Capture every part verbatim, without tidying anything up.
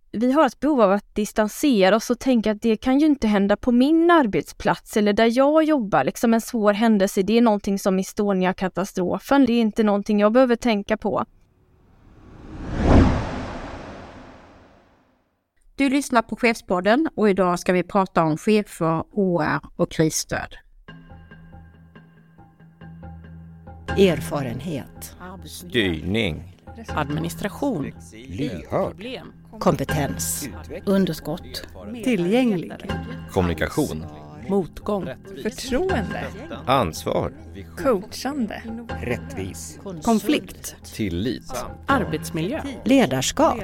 vi har ett behov av att distansera oss och tänka att det kan ju inte hända på min arbetsplats eller där jag jobbar. Liksom en svår händelse, det är någonting som Estonia-katastrofen. Det är inte någonting jag behöver tänka på. Du lyssnar på Chefspodden och idag ska vi prata om chefer, H R och krisstöd. Erfarenhet, styrning, administration, lyhörd, kompetens, underskott, tillgänglig, kommunikation, motgång, förtroende, ansvar, coachande, rättvis, konflikt, tillit, arbetsmiljö, ledarskap.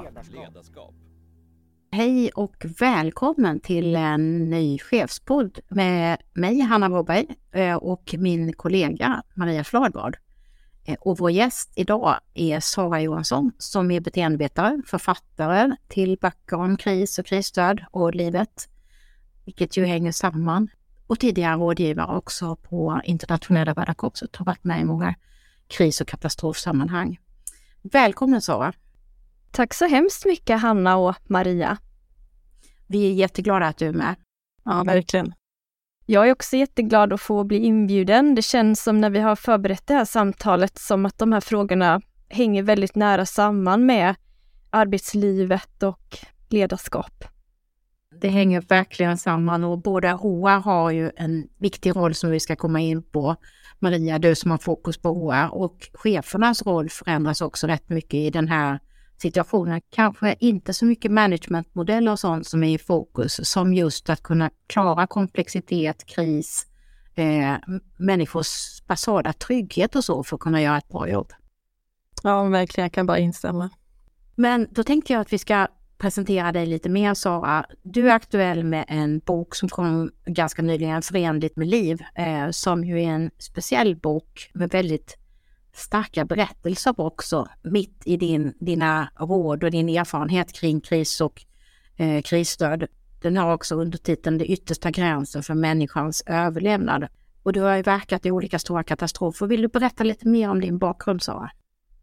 Hej och välkommen till en ny chefspodd med mig Hanna Broberg och min kollega Maria Fladgard. Och vår gäst idag är Sara Johansson som är beteendevetare, författare till böcker om kris och krisstöd och livet, vilket ju hänger samman. Och tidigare rådgivare också på internationella Röda Korset, har varit med i många kris- och katastrofsammanhang. Välkommen Sara! Tack så hemskt mycket Hanna och Maria. Vi är jätteglada att du är med. Ja, verkligen. Jag är också jätteglad att få bli inbjuden. Det känns som när vi har förberett det här samtalet som att de här frågorna hänger väldigt nära samman med arbetslivet och ledarskap. Det hänger verkligen samman och båda H R har ju en viktig roll som vi ska komma in på. Maria, du som har fokus på H R, och chefernas roll förändras också rätt mycket i den här situationen. Kanske inte så mycket managementmodeller och sånt som är i fokus som just att kunna klara komplexitet, kris, eh, människors basala trygghet och så för att kunna göra ett bra jobb. Ja, verkligen. Jag kan bara instämma. Men då tänkte jag att vi ska presentera dig lite mer, Sara. Du är aktuell med en bok som kom ganska nyligen, Förenligt med liv, eh, som ju är en speciell bok med väldigt starka berättelser också, mitt i din, dina råd och din erfarenhet kring kris och eh, krisstöd. Den har också undertiteln Det yttersta gränsen för människans överlevnad. Och du har ju verkat i olika stora katastrofer. Vill du berätta lite mer om din bakgrund, Sara?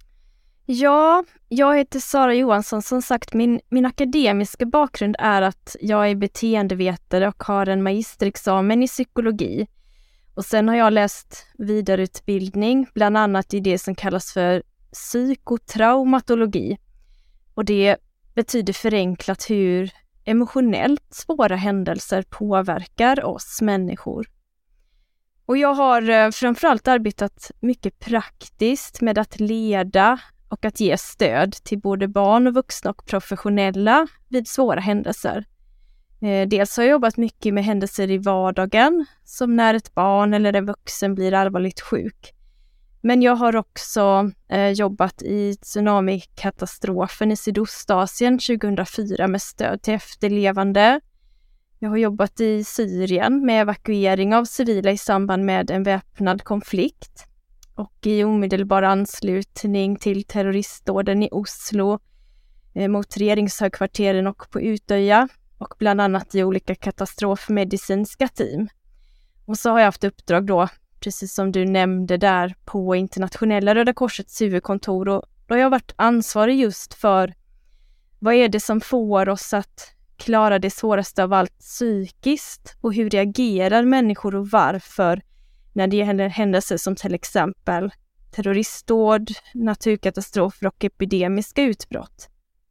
Ja, jag heter Sara Johansson. Som sagt, min, min akademiska bakgrund är att jag är beteendevetare och har en magisterexamen i psykologi. Och sen har jag läst vidareutbildning, bland annat i det som kallas för psykotraumatologi. Och det betyder förenklat hur emotionellt svåra händelser påverkar oss människor. Och jag har framförallt arbetat mycket praktiskt med att leda och att ge stöd till både barn och vuxna och professionella vid svåra händelser. Dels har jag jobbat mycket med händelser i vardagen, som när ett barn eller en vuxen blir allvarligt sjuk. Men jag har också eh, jobbat i tsunamikatastrofen i Sydostasien tjugohundrafyra med stöd till efterlevande. Jag har jobbat i Syrien med evakuering av civila i samband med en väpnad konflikt. Och i omedelbar anslutning till terroristdåden i Oslo eh, mot regeringshögkvarteren och på Utöja. Och bland annat i olika katastrofmedicinska team. Och så har jag haft uppdrag då, precis som du nämnde där, på internationella Röda Korsets huvudkontor. Och då har jag varit ansvarig just för vad är det som får oss att klara det svåraste av allt psykiskt. Och hur reagerar människor och varför när det gäller händelser som till exempel terroristdåd, naturkatastrofer och epidemiska utbrott.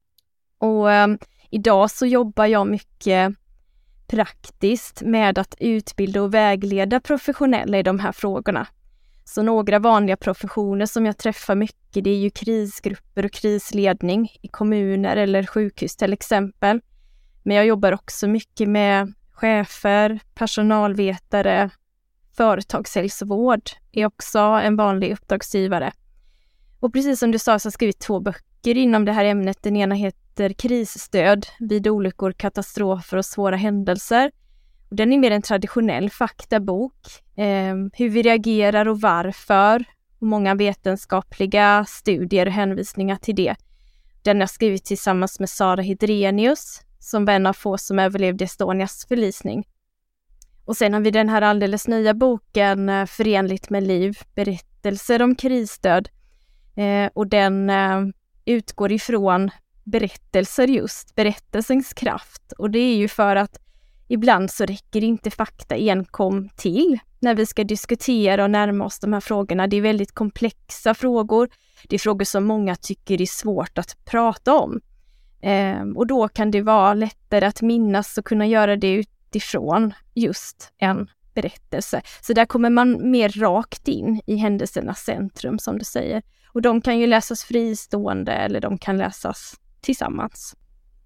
Och eh, idag så jobbar jag mycket praktiskt med att utbilda och vägleda professionella i de här frågorna. Så några vanliga professioner som jag träffar mycket, det är ju krisgrupper och krisledning i kommuner eller sjukhus till exempel. Men jag jobbar också mycket med chefer, personalvetare, företagshälsovård är också en vanlig uppdragsgivare. Och precis som du sa så har jag skrivit två böcker inom det här ämnet. Den ena heter Krisstöd vid olyckor, katastrofer och svåra händelser. Och den är mer en traditionell faktabok. Eh, hur vi reagerar och varför. Och många vetenskapliga studier och hänvisningar till det. Den har jag skrivit tillsammans med Sara Hedrenius som var en av få som överlevde Estonias förlisning. Och sen har vi den här alldeles nya boken Förenligt med liv, berättelser om krisstöd. Eh, och den eh, utgår ifrån berättelser just, berättelsens kraft. Och det är ju för att ibland så räcker inte fakta enkom till när vi ska diskutera och närma oss de här frågorna. Det är väldigt komplexa frågor. Det är frågor som många tycker är svårt att prata om. Eh, och då kan det vara lättare att minnas och kunna göra det utifrån just en berättelse. Så där kommer man mer rakt in i händelsernas centrum, som du säger. Och de kan ju läsas fristående eller de kan läsas tillsammans.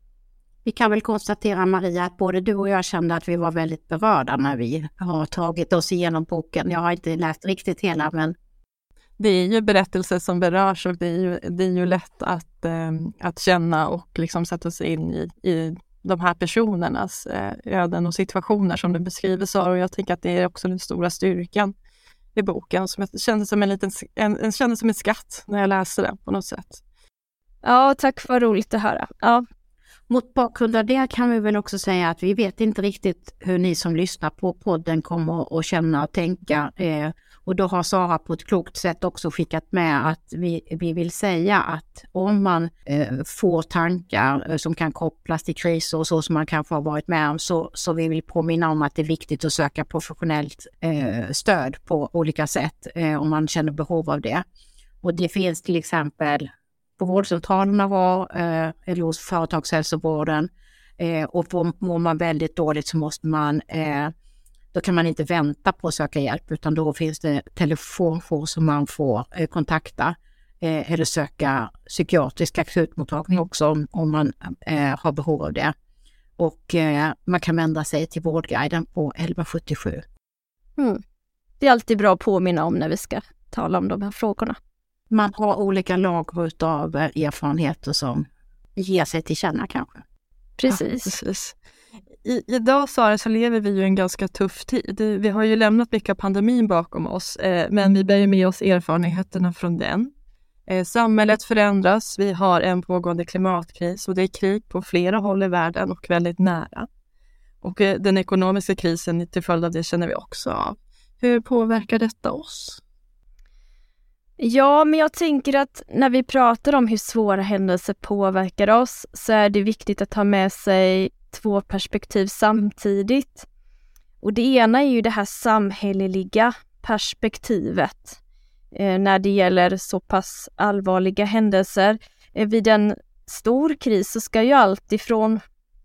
Vi kan väl konstatera, Maria, att både du och jag kände att vi var väldigt berörda när vi har tagit oss igenom boken. Jag har inte läst riktigt hela, men... Det är ju berättelser som berörs och det är ju, det är ju lätt att, eh, att känna och liksom sätta sig in i, i de här personernas eh, öden och situationer som du beskriver, Sara. Och jag tänker att det är också den stora styrkan i boken. Som jag kände som en liten en, en, kände som en skatt när jag läste den på något sätt. Ja, tack, vad roligt att höra. Ja. Mot bakgrund av det kan vi väl också säga att vi vet inte riktigt hur ni som lyssnar på podden kommer att känna och tänka. Eh, och då har Sara på ett klokt sätt också skickat med att vi, vi vill säga att om man eh, får tankar eh, som kan kopplas till kriser och så som man kanske har varit med om, så, så vi vill påminna om att det är viktigt att söka professionellt eh, stöd på olika sätt eh, om man känner behov av det. Och det finns till exempel på vårdcentralerna var, eh, eller hos företagshälsovården. Eh, och mår man väldigt dåligt så måste man, eh, då kan man inte vänta på att söka hjälp, utan då finns det telefonjour som man får eh, kontakta. Eh, eller söka psykiatrisk akutmottagning också om, om man eh, har behov av det. Och eh, man kan vända sig till Vårdguiden på elva sjuttiosju. Mm. Det är alltid bra att påminna om när vi ska tala om de här frågorna. Man har olika lager av erfarenheter som ger sig till känna kanske. Precis. Ja, precis. I, idag, Sara, så lever vi ju en ganska tuff tid. Vi har ju lämnat mycket av pandemin bakom oss, eh, men vi bär ju med oss erfarenheterna från den. Eh, samhället förändras, vi har en pågående klimatkris och det är krig på flera håll i världen och väldigt nära. Och eh, den ekonomiska krisen till följd av det känner vi också av. Hur påverkar detta oss? Ja, men jag tänker att när vi pratar om hur svåra händelser påverkar oss så är det viktigt att ha med sig två perspektiv samtidigt. Och det ena är ju det här samhälleliga perspektivet eh, när det gäller så pass allvarliga händelser. Eh, vid en stor kris så ska ju allt ifrån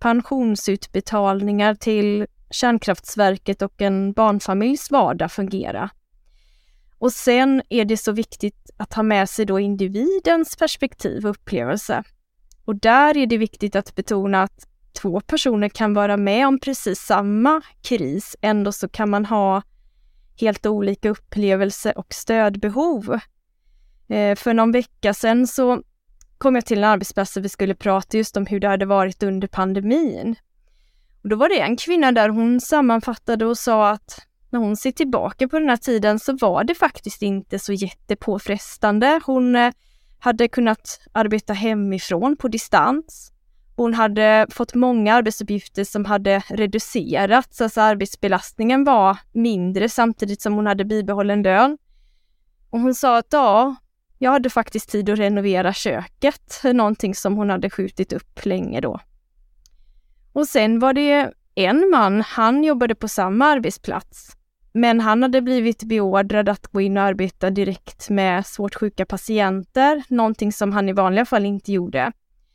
pensionsutbetalningar till kärnkraftsverket och en barnfamiljs vardag fungera. Och sen är det så viktigt att ha med sig då individens perspektiv och upplevelse. Och där är det viktigt att betona att två personer kan vara med om precis samma kris. Ändå så kan man ha helt olika upplevelse och stödbehov. Eh, för någon vecka sedan så kom jag till en arbetsplats där vi skulle prata just om hur det hade varit under pandemin. Och då var det en kvinna där, hon sammanfattade och sa att när hon ser tillbaka på den här tiden så var det faktiskt inte så jättepåfrestande. Hon eh, hade kunnat arbeta hemifrån på distans. Hon hade fått många arbetsuppgifter som hade reducerats. Alltså arbetsbelastningen var mindre samtidigt som hon hade bibehållen lön. Och hon sa att ja, jag hade faktiskt tid att renovera köket. Någonting som hon hade skjutit upp länge då. Och sen var det en man, han jobbade på samma arbetsplats. Men han hade blivit beordrad att gå in och arbeta direkt med svårt sjuka patienter. Någonting som han i vanliga fall inte gjorde.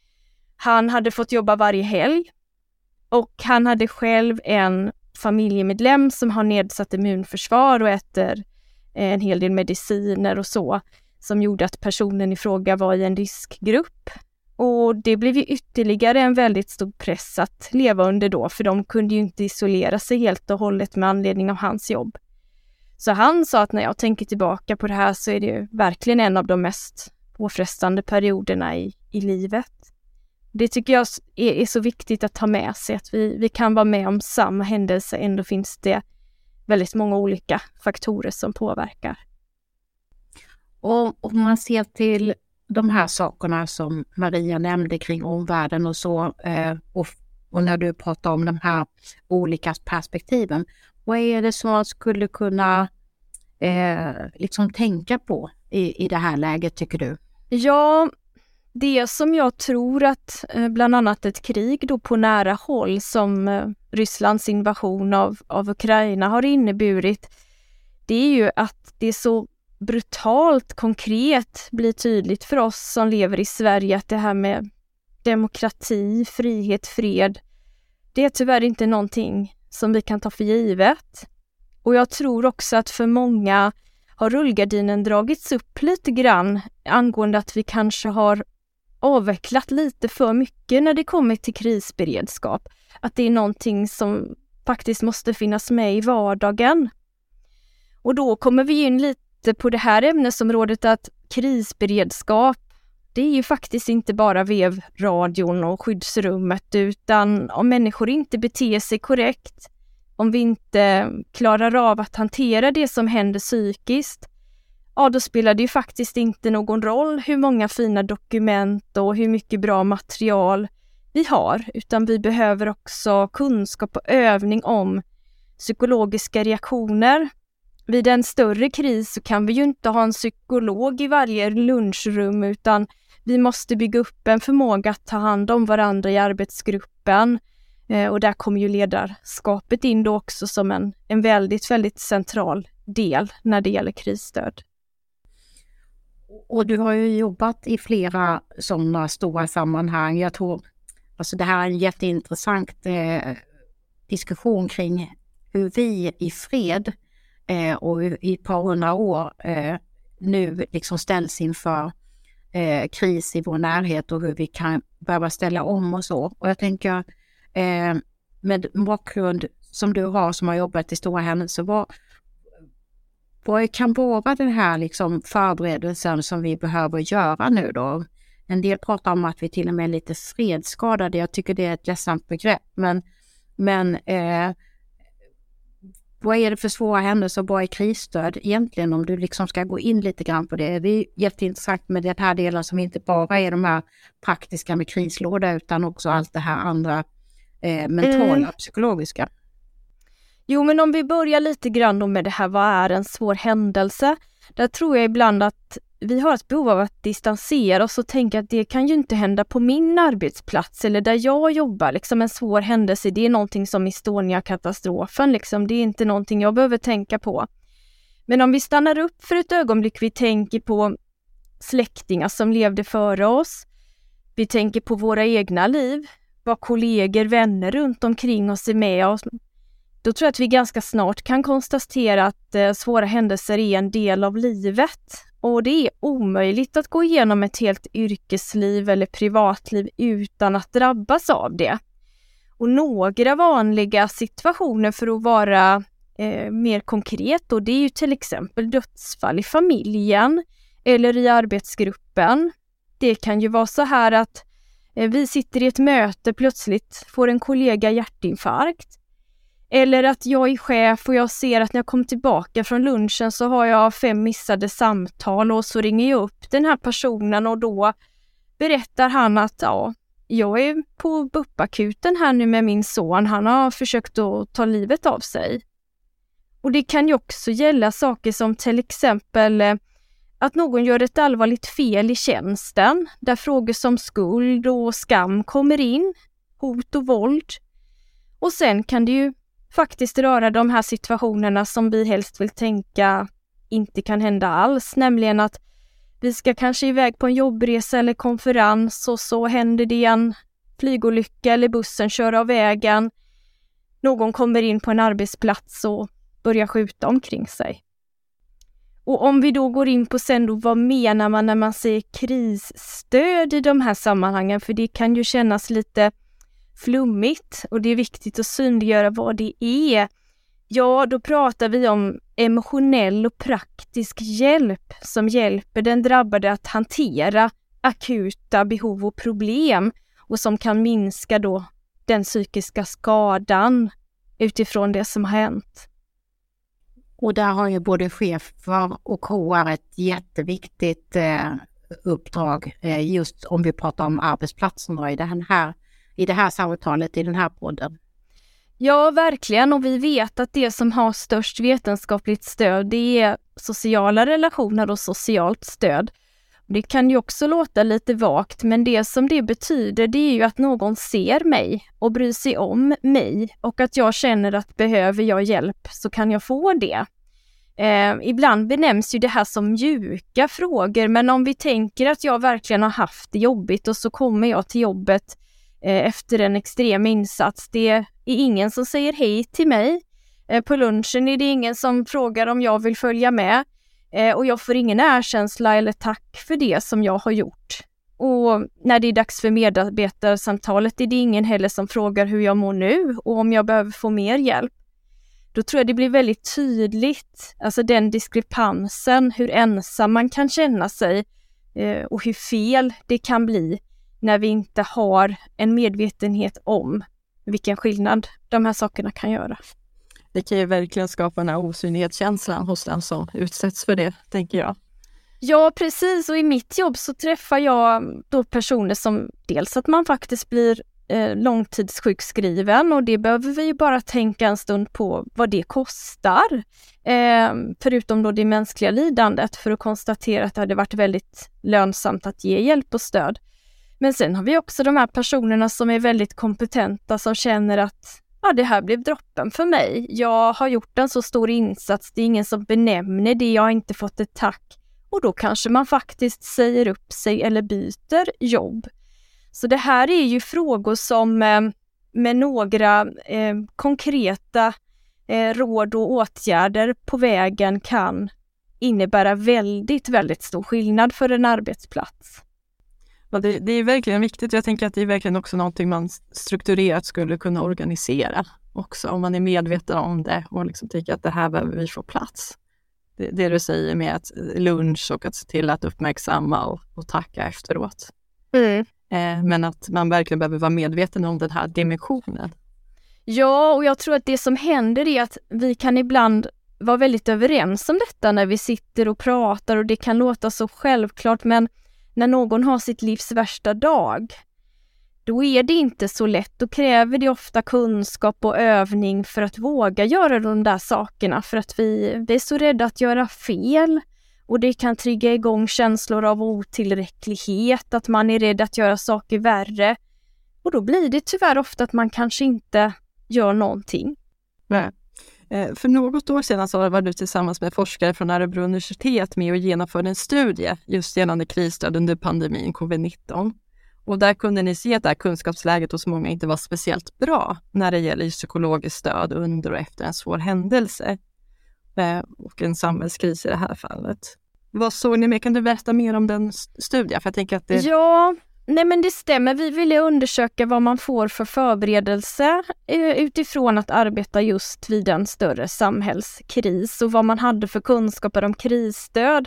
Han hade fått jobba varje helg. Och han hade själv en familjemedlem som har nedsatt immunförsvar och äter en hel del mediciner och så. Som gjorde att personen i fråga var i en riskgrupp. Och det blev ju ytterligare en väldigt stor press att leva under då, för de kunde ju inte isolera sig helt och hållet med anledning av hans jobb. Så han sa att när jag tänker tillbaka på det här så är det ju verkligen en av de mest påfrestande perioderna i, i livet. Det tycker jag är, är så viktigt att ta med sig, att vi, vi kan vara med om samma händelse, ändå finns det väldigt många olika faktorer som påverkar. Och om man ser till de här sakerna som Maria nämnde kring omvärlden och så, eh, och, och när du pratar om de här olika perspektiven, vad är det som man skulle kunna eh, liksom tänka på i, i det här läget, tycker du? Ja, det som jag tror att eh, bland annat ett krig då på nära håll som eh, Rysslands invasion av, av Ukraina har inneburit, det är ju att det så brutalt konkret blir tydligt för oss som lever i Sverige att det här med demokrati, frihet, fred, det är tyvärr inte någonting som vi kan ta för givet. Och jag tror också att för många har rullgardinen dragits upp lite grann angående att vi kanske har avvecklat lite för mycket när det kommer till krisberedskap. Att det är någonting som faktiskt måste finnas med i vardagen. Och då kommer vi in lite på det här ämnesområdet att krisberedskap, det är ju faktiskt inte bara vevradion och skyddsrummet, utan om människor inte beter sig korrekt, om vi inte klarar av att hantera det som händer psykiskt, ja då spelar det ju faktiskt inte någon roll hur många fina dokument och hur mycket bra material vi har, utan vi behöver också kunskap och övning om psykologiska reaktioner. Vid en större kris så kan vi ju inte ha en psykolog i varje lunchrum, utan vi måste bygga upp en förmåga att ta hand om varandra i arbetsgruppen. Eh, och där kommer ju ledarskapet in då också som en, en väldigt, väldigt central del när det gäller krisstöd. Och du har ju jobbat i flera sådana stora sammanhang. Jag tror, alltså det här är en jätteintressant eh, diskussion kring hur vi i fred eh, och i ett par hundra år eh, nu liksom ställs inför eh, kris i vår närhet och hur vi kan behöva ställa om och så. Och jag tänker eh, med bakgrund som du har som har jobbat i stora händelser, vad, vad kan vara den här liksom förberedelsen som vi behöver göra nu då? En del pratar om att vi till och med är lite fredsskadade. Jag tycker det är ett ledsamt begrepp. Men, men eh, vad är det för svåra händelser? Vad är krisstöd egentligen? Om du liksom ska gå in lite grann på det. Det är jätteintressant med den här delen som inte bara är de här praktiska med krislåda utan också allt det här andra eh, mentala, mm. psykologiska. Jo, men om vi börjar lite grann med det här, vad är en svår händelse? Där tror jag ibland att vi har ett behov av att distansera oss och tänka att det kan ju inte hända på min arbetsplats eller där jag jobbar. Liksom en svår händelse, det är någonting som Estonia-katastrofen. Liksom. Det är inte någonting jag behöver tänka på. Men om vi stannar upp för ett ögonblick, vi tänker på släktingar som levde före oss. Vi tänker på våra egna liv, vad kollegor, vänner runt omkring oss är med oss. Då tror jag att vi ganska snart kan konstatera att eh, svåra händelser är en del av livet. Och det är omöjligt att gå igenom ett helt yrkesliv eller privatliv utan att drabbas av det. Och några vanliga situationer för att vara eh, mer konkret då, det är ju till exempel dödsfall i familjen eller i arbetsgruppen. Det kan ju vara så här att eh, vi sitter i ett möte, plötsligt får en kollega hjärtinfarkt. Eller att jag är chef och jag ser att när jag kommer tillbaka från lunchen så har jag fem missade samtal och så ringer jag upp den här personen och då berättar han att ja, jag är på B U P-akuten här nu med min son. Han har försökt att ta livet av sig. Och det kan ju också gälla saker som till exempel att någon gör ett allvarligt fel i tjänsten där frågor som skuld och skam kommer in, hot och våld. Och sen kan det ju faktiskt röra de här situationerna som vi helst vill tänka inte kan hända alls. Nämligen att vi ska kanske iväg på en jobbresa eller konferens och så händer det en flygolycka eller bussen kör av vägen. Någon kommer in på en arbetsplats och börjar skjuta omkring sig. Och om vi då går in på sen då, vad menar man när man säger krisstöd i de här sammanhangen? För det kan ju kännas lite flummigt och det är viktigt att synliggöra vad det är. Ja, då pratar vi om emotionell och praktisk hjälp som hjälper den drabbade att hantera akuta behov och problem och som kan minska då den psykiska skadan utifrån det som har hänt. Och där har ju både chefer och K R ett jätteviktigt eh, uppdrag eh, just om vi pratar om arbetsplatserna i den här i det här samtalet, i den här podden. Ja, verkligen. Och vi vet att det som har störst vetenskapligt stöd, det är sociala relationer och socialt stöd. Det kan ju också låta lite vagt, men det som det betyder det är ju att någon ser mig och bryr sig om mig och att jag känner att behöver jag hjälp så kan jag få det. Eh, ibland benämns ju det här som mjuka frågor, men om vi tänker att jag verkligen har haft det jobbigt och så kommer jag till jobbet eh, efter en extrem insats. Det är ingen som säger hej till mig. Eh, på lunchen är det ingen som frågar om jag vill följa med. Eh, och jag får ingen erkänsla eller tack för det som jag har gjort. Och när det är dags för medarbetarsamtalet är det ingen heller som frågar hur jag mår nu och om jag behöver få mer hjälp. Då tror jag det blir väldigt tydligt, alltså den diskrepansen, hur ensam man kan känna sig eh, och hur fel det kan bli när vi inte har en medvetenhet om vilken skillnad de här sakerna kan göra. Det kan ju verkligen skapa den här osynlighetskänslan hos den som utsätts för det, tänker jag. Ja, precis. Och i mitt jobb så träffar jag då personer som dels att man faktiskt blir eh, långtidssjukskriven, och det behöver vi ju bara tänka en stund på vad det kostar. Eh, förutom då det mänskliga lidandet, för att konstatera att det hade varit väldigt lönsamt att ge hjälp och stöd. Men sen har vi också de här personerna som är väldigt kompetenta, som känner att ja, det här blev droppen för mig. Jag har gjort en så stor insats, det är ingen som benämner det, jag har inte fått ett tack. Och då kanske man faktiskt säger upp sig eller byter jobb. Så det här är ju frågor som eh, med några eh, konkreta eh, råd och åtgärder på vägen kan innebära väldigt, väldigt stor skillnad för en arbetsplats. Ja, det, det är verkligen viktigt. Jag tänker att det är verkligen också någonting man strukturerat skulle kunna organisera också, om man är medveten om det och liksom tycker att det här behöver vi få plats. Det, det du säger med att lunch och att se till att uppmärksamma och, och tacka efteråt. Mm. Eh, men att man verkligen behöver vara medveten om den här dimensionen. Ja, och jag tror att det som händer är att vi kan ibland vara väldigt överens om detta när vi sitter och pratar, och det kan låta så självklart, men när någon har sitt livs värsta dag, då är det inte så lätt. Då kräver det ofta kunskap och övning för att våga göra de där sakerna, för att vi, vi är så rädda att göra fel, och det kan trigga igång känslor av otillräcklighet, att man är rädd att göra saker värre, och då blir det tyvärr ofta att man kanske inte gör någonting. Nej. För något år sedan så var du tillsammans med forskare från Örebro universitet med och genomförde en studie just gällande krisstöd under pandemin covid nitton. Och där kunde ni se att det här kunskapsläget hos många inte var speciellt bra när det gäller psykologiskt stöd under och efter en svår händelse och en samhällskris i det här fallet. Vad såg ni med? Kan du berätta mer om den studien? För jag tänker att det... Ja, nej men det stämmer. Vi ville undersöka vad man får för förberedelse utifrån att arbeta just vid en större samhällskris, och vad man hade för kunskaper om krisstöd.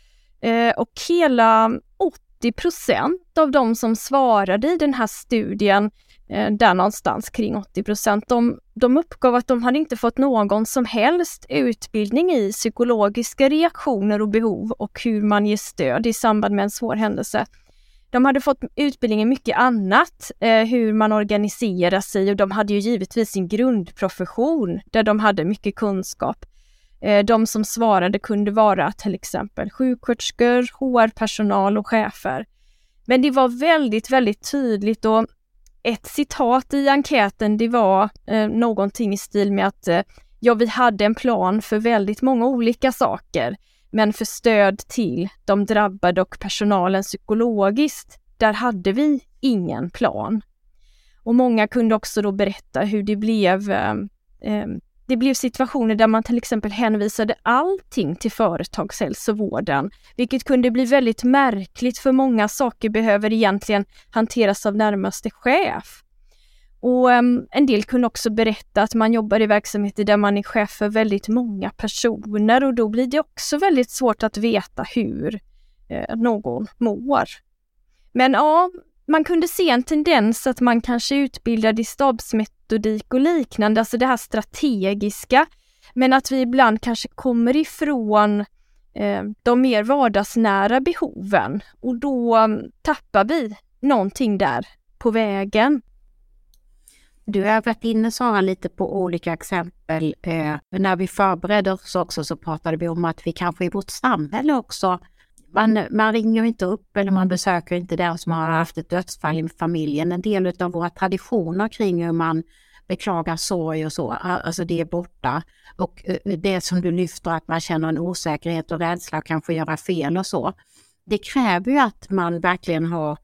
Och hela åttio procent av de som svarade i den här studien, där någonstans kring åttio procent, de, de uppgav att de hade inte fått någon som helst utbildning i psykologiska reaktioner och behov och hur man ger stöd i samband med en svår händelse. De hade fått utbildning i mycket annat, eh, hur man organiserar sig, och de hade ju givetvis sin grundprofession där de hade mycket kunskap. Eh, de som svarade kunde vara till exempel sjuksköterskor, H R-personal och chefer. Men det var väldigt, väldigt tydligt, och ett citat i enkäten, det var eh, någonting i stil med att eh, ja, vi hade en plan för väldigt många olika saker. Men för stöd till de drabbade och personalen psykologiskt, där hade vi ingen plan. Och många kunde också då berätta hur det blev, eh, det blev situationer där man till exempel hänvisade allting till företagshälsovården. Vilket kunde bli väldigt märkligt, för många saker behöver egentligen hanteras av närmaste chef. Och um, en del kunde också berätta att man jobbar i verksamheter där man är chef för väldigt många personer, och då blir det också väldigt svårt att veta hur eh, någon mår. Men ja, man kunde se en tendens att man kanske utbildade i stabsmetodik och liknande, alltså det här strategiska, men att vi ibland kanske kommer ifrån eh, de mer vardagsnära behoven, och då um, tappar vi någonting där på vägen. Du har varit inne, Sara, lite på olika exempel. Eh, när vi förberedde oss också så pratade vi om att vi kanske i vårt samhälle också Man, man ringer inte upp eller man besöker inte den som har haft ett dödsfall i familjen. En del av våra traditioner kring hur man beklagar sorg och så, alltså det är borta. Och det som du lyfter, att man känner en osäkerhet och rädsla och kanske göra fel och så. Det kräver ju att man verkligen har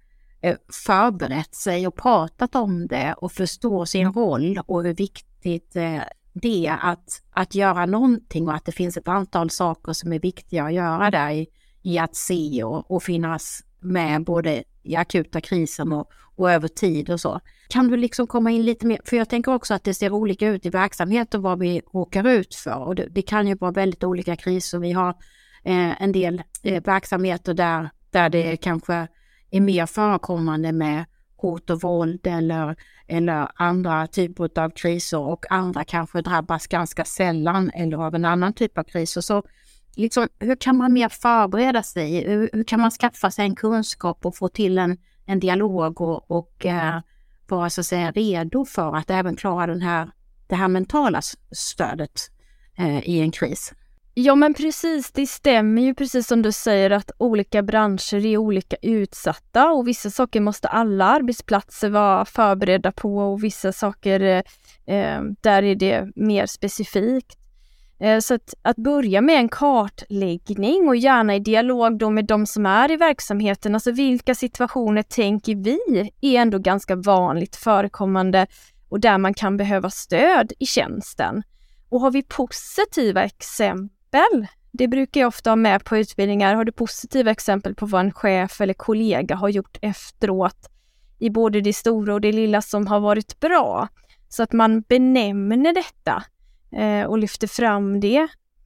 förberett sig och pratat om det och förstår sin roll och hur viktigt det är att, att göra någonting, och att det finns ett antal saker som är viktiga att göra där i, i att se och, och finnas med både i akuta krisen och, och över tid och så. Kan du liksom komma in lite mer, för jag tänker också att det ser olika ut i verksamhet och vad vi råkar ut för, och det, det kan ju vara väldigt olika kriser. Vi har eh, en del eh, verksamheter där, där det kanske är mer förekommande med hot och våld eller, eller andra typer av kriser, och andra kanske drabbas ganska sällan eller av en annan typ av kriser. Så liksom, hur kan man mer förbereda sig? Hur, hur kan man skaffa sig en kunskap och få till en, en dialog och, och eh, vara så att säga redo för att även klara den här, det här mentala stödet eh, i en kris? Ja, men precis, det stämmer ju precis som du säger att olika branscher är olika utsatta, och vissa saker måste alla arbetsplatser vara förberedda på, och vissa saker eh, där är det mer specifikt. Eh, så att, att börja med en kartläggning, och gärna i dialog då med de som är i verksamheten, alltså vilka situationer tänker vi är ändå ganska vanligt förekommande och där man kan behöva stöd i tjänsten. Och har vi positiva exempel, det brukar jag ofta ha med på utbildningar, har du positiva exempel på vad en chef eller kollega har gjort efteråt i både det stora och det lilla som har varit bra, så att man benämner detta eh, och lyfter fram det.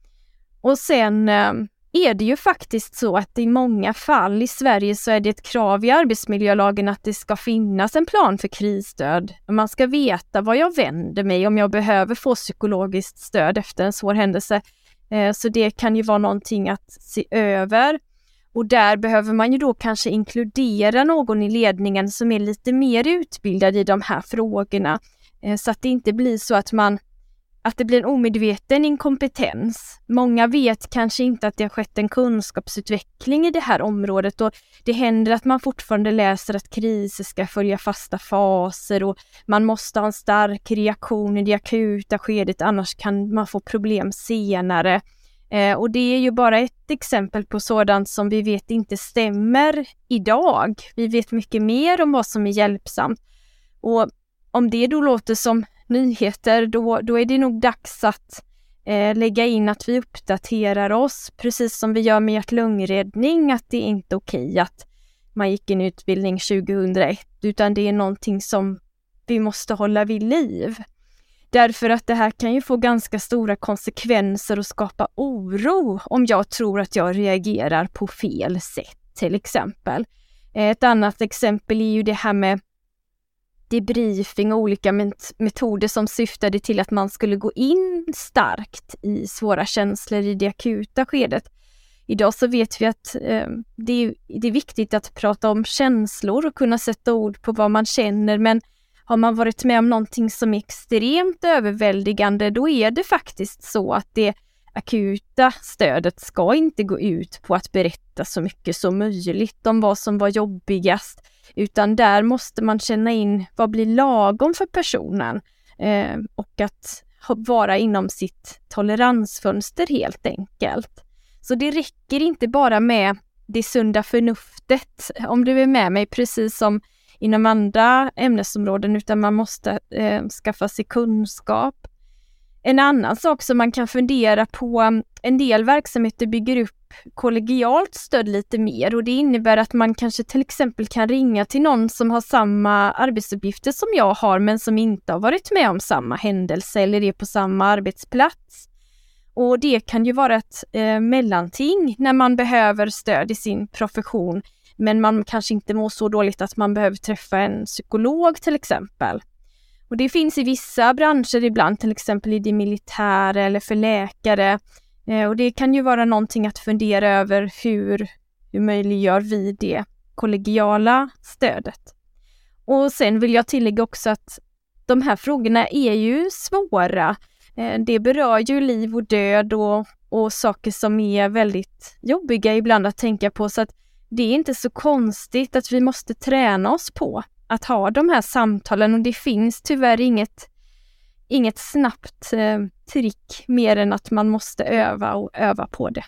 Och sen eh, är det ju faktiskt så att i många fall i Sverige så är det ett krav i arbetsmiljölagen att det ska finnas en plan för krisstöd. Man ska veta vad jag vänder mig om jag behöver få psykologiskt stöd efter en svår händelse. Så det kan ju vara någonting att se över. Och där behöver man ju då kanske inkludera någon i ledningen som är lite mer utbildad i de här frågorna. Så att det inte blir så att man Att det blir en omedveten inkompetens. Många vet kanske inte att det har skett en kunskapsutveckling i det här området, och det händer att man fortfarande läser att kriser ska följa fasta faser och man måste ha en stark reaktion i det akuta skedet, annars kan man få problem senare. Eh, och det är ju bara ett exempel på sådant som vi vet inte stämmer idag. Vi vet mycket mer om vad som är hjälpsamt. Och om det då låter som nyheter, då, då är det nog dags att eh, lägga in att vi uppdaterar oss, precis som vi gör med hjärt-lungräddning, att det är inte okej att man gick en utbildning tjugohundraett, utan det är någonting som vi måste hålla vid liv. Därför att det här kan ju få ganska stora konsekvenser och skapa oro om jag tror att jag reagerar på fel sätt, till exempel. Ett annat exempel är ju det här med debriefing och olika metoder som syftade till att man skulle gå in starkt i svåra känslor i det akuta skedet. Idag så vet vi att eh, det, är, det är viktigt att prata om känslor och kunna sätta ord på vad man känner, men har man varit med om någonting som är extremt överväldigande, då är det faktiskt så att det akuta stödet ska inte gå ut på att berätta så mycket som möjligt om vad som var jobbigast, utan där måste man känna in vad blir lagom för personen eh, och att vara inom sitt toleransfönster helt enkelt. Så det räcker inte bara med det sunda förnuftet, om du är med mig, precis som inom andra ämnesområden, utan man måste eh, skaffa sig kunskap. En annan sak som man kan fundera på, en del verksamheter bygger upp kollegialt stöd lite mer, och det innebär att man kanske till exempel kan ringa till någon som har samma arbetsuppgifter som jag har, men som inte har varit med om samma händelse eller är på samma arbetsplats. Och det kan ju vara ett eh, mellanting när man behöver stöd i sin profession, men man kanske inte mår så dåligt att man behöver träffa en psykolog till exempel. Och det finns i vissa branscher ibland, till exempel i det militära eller för läkare. Eh, och det kan ju vara någonting att fundera över, hur, hur möjliggör vi det kollegiala stödet. Och sen vill jag tillägga också att de här frågorna är ju svåra. Eh, det berör ju liv och död, och och saker som är väldigt jobbiga ibland att tänka på. Så att det är inte så konstigt att vi måste träna oss på att ha de här samtalen, och det finns tyvärr inget, inget snabbt eh, trick mer än att man måste öva och öva på det.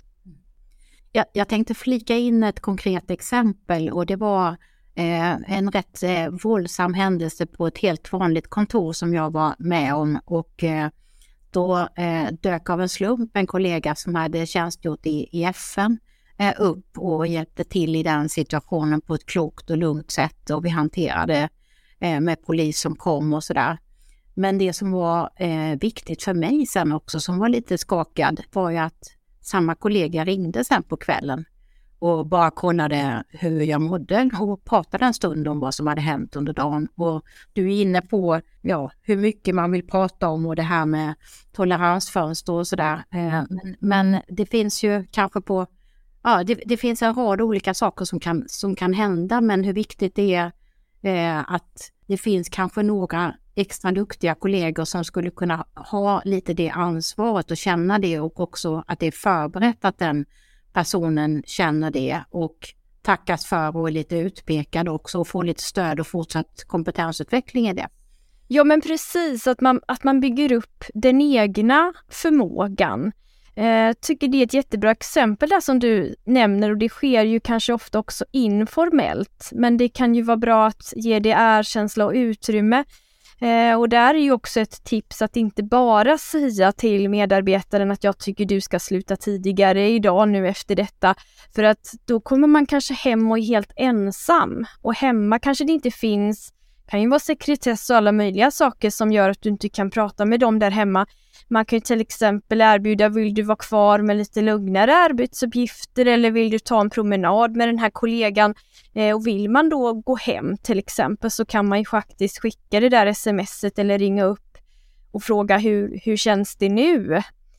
Jag, jag tänkte flika in ett konkret exempel, och det var eh, en rätt eh, våldsam händelse på ett helt vanligt kontor som jag var med om, och eh, då eh, dök av en slump en kollega som hade tjänstgjort i, i F N eh, upp och hjälpte till i den situationen på ett klokt och lugnt sätt, och vi hanterade eh, med polis som kom och sådär. Men det som var eh, viktigt för mig sen också, som var lite skakad, var ju att samma kollega ringde sen på kvällen och bara kollade hur jag mådde och pratade en stund om vad som hade hänt under dagen. Och du är inne på ja, hur mycket man vill prata om och det här med toleransfönster och sådär. Men, men det finns ju kanske på, ja det, det finns en rad olika saker som kan, som kan hända, men hur viktigt det är eh, att det finns kanske några extra duktiga kollegor som skulle kunna ha lite det ansvaret och känna det, och också att det är förberett att den personen känner det och tackas för och är lite utpekad också, och får lite stöd och fortsatt kompetensutveckling i det. Ja, men precis, att man, att man bygger upp den egna förmågan. Jag eh, tycker det är ett jättebra exempel där som du nämner, och det sker ju kanske ofta också informellt, men det kan ju vara bra att ge det erkänsla och utrymme. Eh, och där är ju också ett tips att inte bara säga till medarbetaren att jag tycker du ska sluta tidigare idag nu efter detta, för att då kommer man kanske hem och är helt ensam, och hemma kanske det inte finns, kan ju vara sekretess och alla möjliga saker som gör att du inte kan prata med dem där hemma. Man kan ju till exempel erbjuda, vill du vara kvar med lite lugnare arbetsuppgifter, eller vill du ta en promenad med den här kollegan? Eh, och vill man då gå hem till exempel, så kan man ju faktiskt skicka det där smset eller ringa upp och fråga hur, hur känns det nu?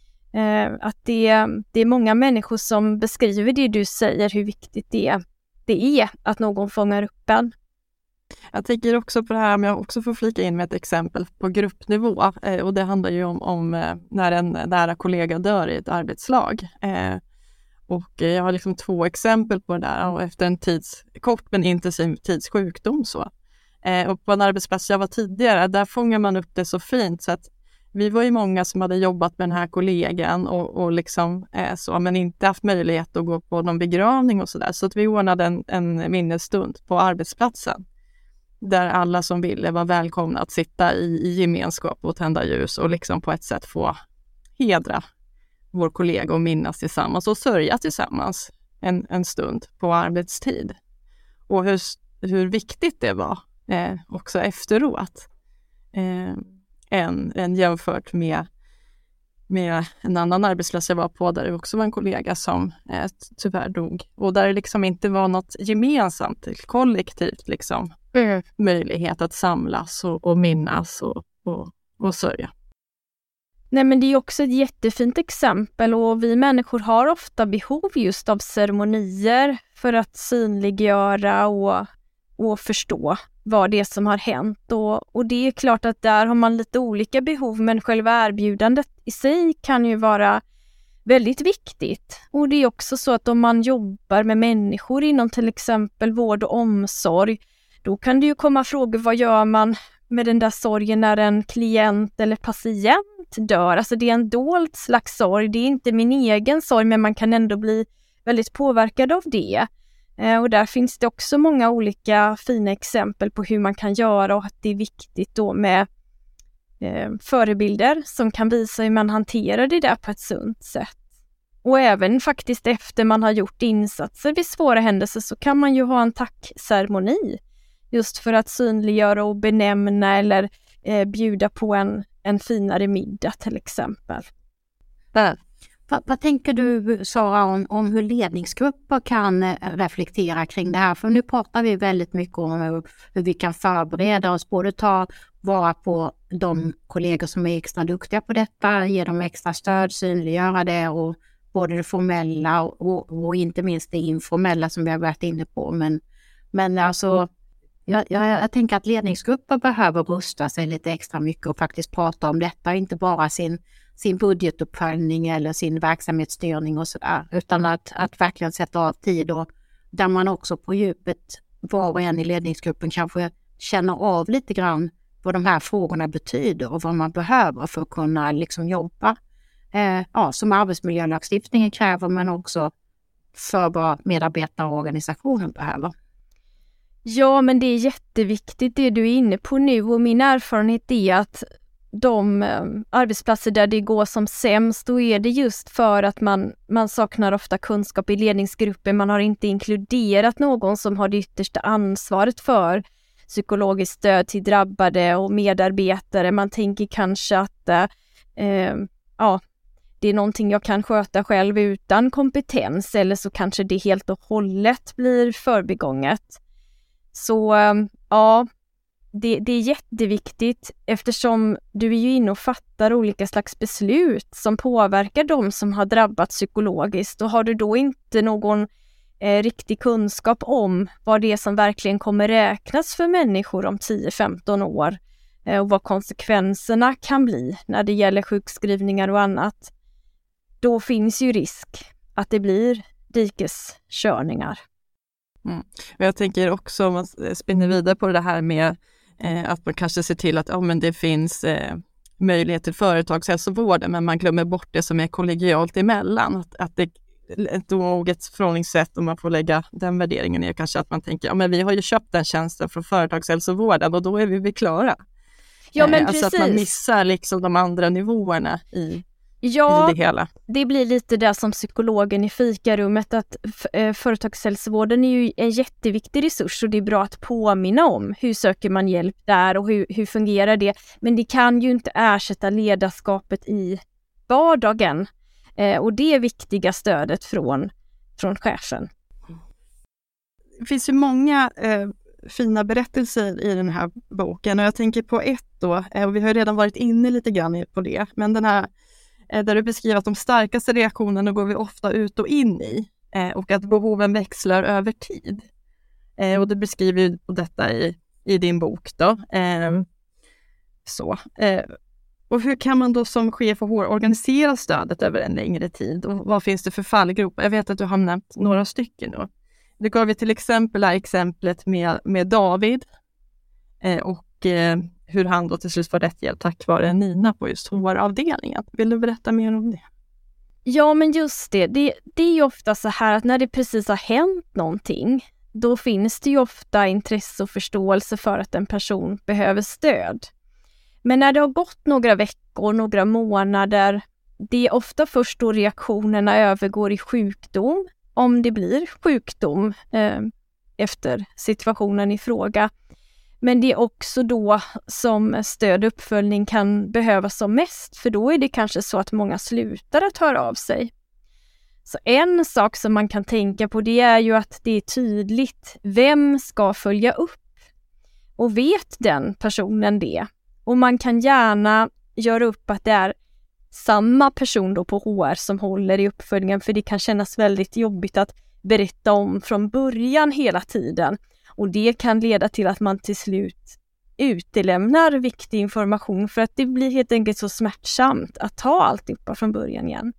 Eh, att det, det är många människor som beskriver det du säger, hur viktigt det, det är att någon fångar upp en. Jag tänker också på det här, men jag också får flika in med ett exempel på gruppnivå. Eh, och det handlar ju om, om eh, när en nära kollega dör i ett arbetslag. Eh, och eh, jag har liksom två exempel på det där. Och efter en tids, kort men intensiv tids sjukdom så. Eh, och på en arbetsplats jag var tidigare, där fångar man upp det så fint. Så att vi var ju många som hade jobbat med den här kollegan och, och liksom eh, så, men inte haft möjlighet att gå på någon begravning och sådär. Så att vi ordnade en, en minnesstund på arbetsplatsen, där alla som ville var välkomna att sitta i, i gemenskap och tända ljus och liksom på ett sätt få hedra vår kollega och minnas tillsammans och sörja tillsammans en, en stund på arbetstid. Och hur, hur viktigt det var eh, också efteråt. Eh, en, en jämfört med, med en annan arbetsplats jag var på, där det också var en kollega som eh, tyvärr dog. Och där det liksom inte var något gemensamt, kollektivt liksom. Mm. Möjlighet att samlas och, och minnas och, och, och sörja. Nej, men det är också ett jättefint exempel, och vi människor har ofta behov just av ceremonier för att synliggöra och, och förstå vad det är som har hänt. Och, och det är klart att där har man lite olika behov, men själva erbjudandet i sig kan ju vara väldigt viktigt. Och det är också så att om man jobbar med människor inom till exempel vård och omsorg, då kan det ju komma frågor, vad gör man med den där sorgen när en klient eller patient dör? Alltså det är en dold slags sorg, det är inte min egen sorg, men man kan ändå bli väldigt påverkad av det. Eh, och där finns det också många olika fina exempel på hur man kan göra, och att det är viktigt då med eh, förebilder som kan visa hur man hanterar det där på ett sunt sätt. Och även faktiskt efter man har gjort insatser vid svåra händelser, så kan man ju ha en tackceremoni. Just för att synliggöra och benämna eller eh, bjuda på en, en finare middag till exempel. Vad, vad tänker du, Sara, om, om hur ledningsgrupper kan eh, reflektera kring det här? För nu pratar vi väldigt mycket om hur, hur vi kan förbereda oss, både ta vara på de kollegor som är extra duktiga på detta, ge dem extra stöd, synliggöra det, och både det formella och, och, och inte minst det informella som vi har varit inne på. Men, men alltså... Jag, jag, jag tänker att ledningsgrupper behöver rusta sig lite extra mycket och faktiskt prata om detta, inte bara sin, sin budgetuppföljning eller sin verksamhetsstyrning och sådär. Utan att, att verkligen sätta av tid och där man också på djupet var och en i ledningsgruppen kanske känner av lite grann vad de här frågorna betyder och vad man behöver för att kunna liksom jobba eh, ja, som arbetsmiljölagstiftningen kräver, men också för vad medarbetare och organisationen behöver. Ja, men det är jätteviktigt det du är inne på nu, och min erfarenhet är att de eh, arbetsplatser där det går som sämst, då är det just för att man, man saknar ofta kunskap i ledningsgruppen. Man har inte inkluderat någon som har det yttersta ansvaret för psykologiskt stöd till drabbade och medarbetare. Man tänker kanske att eh, ja, det är någonting jag kan sköta själv utan kompetens, eller så kanske det helt och hållet blir förbigånget. Så eh, ja, det, det är jätteviktigt, eftersom du är ju inne och fattar olika slags beslut som påverkar de som har drabbats psykologiskt. Och har du då inte någon eh, riktig kunskap om vad det är som verkligen kommer räknas för människor om tio till femton år eh, och vad konsekvenserna kan bli när det gäller sjukskrivningar och annat, då finns ju risk att det blir dikeskörningar. Mm. Jag tänker också, om man spinner vidare på det här med eh, att man kanske ser till att ja, men det finns eh, möjlighet till företagshälsovården, men man glömmer bort det som är kollegialt emellan. Att, att det ett oget förhållningssätt, om man får lägga den värderingen, är kanske att man tänker, ja men vi har ju köpt den tjänsten från företagshälsovården och då är vi väl klara. Ja, men eh, alltså precis. att man missar liksom de andra nivåerna i Ja, i det hela. Det blir lite där som psykologen i fikarummet, att f- företagshälsovården är ju en jätteviktig resurs, och det är bra att påminna om hur söker man hjälp där och hur, hur fungerar det. Men det kan ju inte ersätta ledarskapet i vardagen, eh, och det viktiga stödet från, från chefen. Det finns ju många eh, fina berättelser i den här boken, och jag tänker på ett då, eh, och vi har redan varit inne lite grann på det, men den här där du beskriver att de starkaste reaktionerna går vi ofta ut och in i, eh, och att behoven växlar över tid. Eh, och du beskriver ju detta i, i din bok då. Eh, så. Eh, och hur kan man då som chef och H R organisera stödet över en längre tid? Och vad finns det för fallgropar? Jag vet att du har nämnt några stycken då. Det gav vi till exempel här exemplet med, med David eh, och eh, hur han då till slut får rätt hjälp tack vare Nina på just H R-avdelningen. Vill du berätta mer om det? Ja, men just det. det. Det är ju ofta så här att när det precis har hänt någonting, då finns det ju ofta intresse och förståelse för att en person behöver stöd. Men när det har gått några veckor, några månader, det är ofta först då reaktionerna övergår i sjukdom, om det blir sjukdom eh, efter situationen i fråga. Men det är också då som stöd och uppföljning kan behövas som mest, för då är det kanske så att många slutar att höra av sig. Så en sak som man kan tänka på, det är ju att det är tydligt vem ska följa upp, och vet den personen det. Och man kan gärna göra upp att det är samma person då på H R som håller i uppföljningen, för det kan kännas väldigt jobbigt att berätta om från början hela tiden. Och det kan leda till att man till slut utelämnar viktig information, för att det blir helt enkelt så smärtsamt att ta alltihopa från början igen.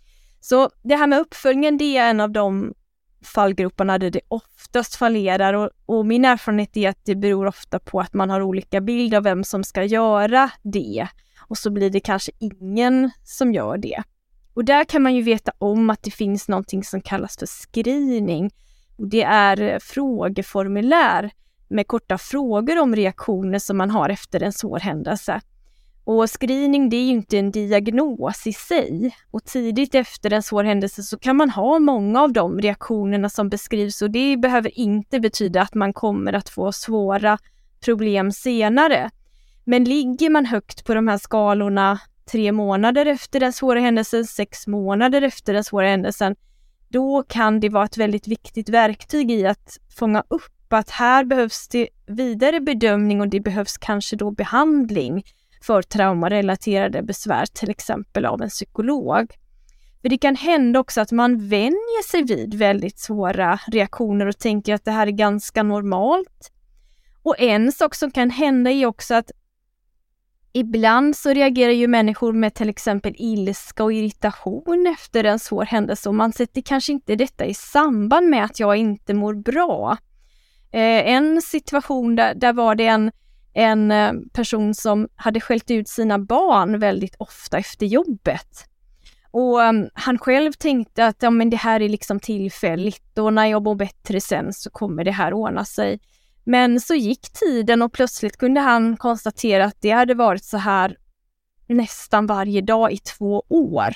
Så det här med uppföljningen, det är en av de fallgroparna där det oftast fallerar, och, och min erfarenhet är att det beror ofta på att man har olika bilder av vem som ska göra det, och så blir det kanske ingen som gör det. Och där kan man ju veta om att det finns någonting som kallas för screening. Och det är frågeformulär med korta frågor om reaktioner som man har efter en svår händelse. Och screening, det är ju inte en diagnos i sig. Och tidigt efter en svår händelse så kan man ha många av de reaktionerna som beskrivs, och det behöver inte betyda att man kommer att få svåra problem senare. Men ligger man högt på de här skalorna tre månader efter den svåra händelsen, sex månader efter den svåra händelsen, då kan det vara ett väldigt viktigt verktyg i att fånga upp att här behövs det vidare bedömning, och det behövs kanske då behandling för traumarelaterade besvär, till exempel av en psykolog. För det kan hända också att man vänjer sig vid väldigt svåra reaktioner och tänker att det här är ganska normalt. Och en sak som kan hända är också att ibland så reagerar ju människor med till exempel ilska och irritation efter en svår händelse och man sätter kanske inte detta i samband med att jag inte mår bra. Eh, en situation där, där var det en, en person som hade skällt ut sina barn väldigt ofta efter jobbet. Och um, han själv tänkte att ja, men det här är liksom tillfälligt och när jag mår bättre sen så kommer det här ordna sig. Men så gick tiden och plötsligt kunde han konstatera att det hade varit så här nästan varje dag i två år.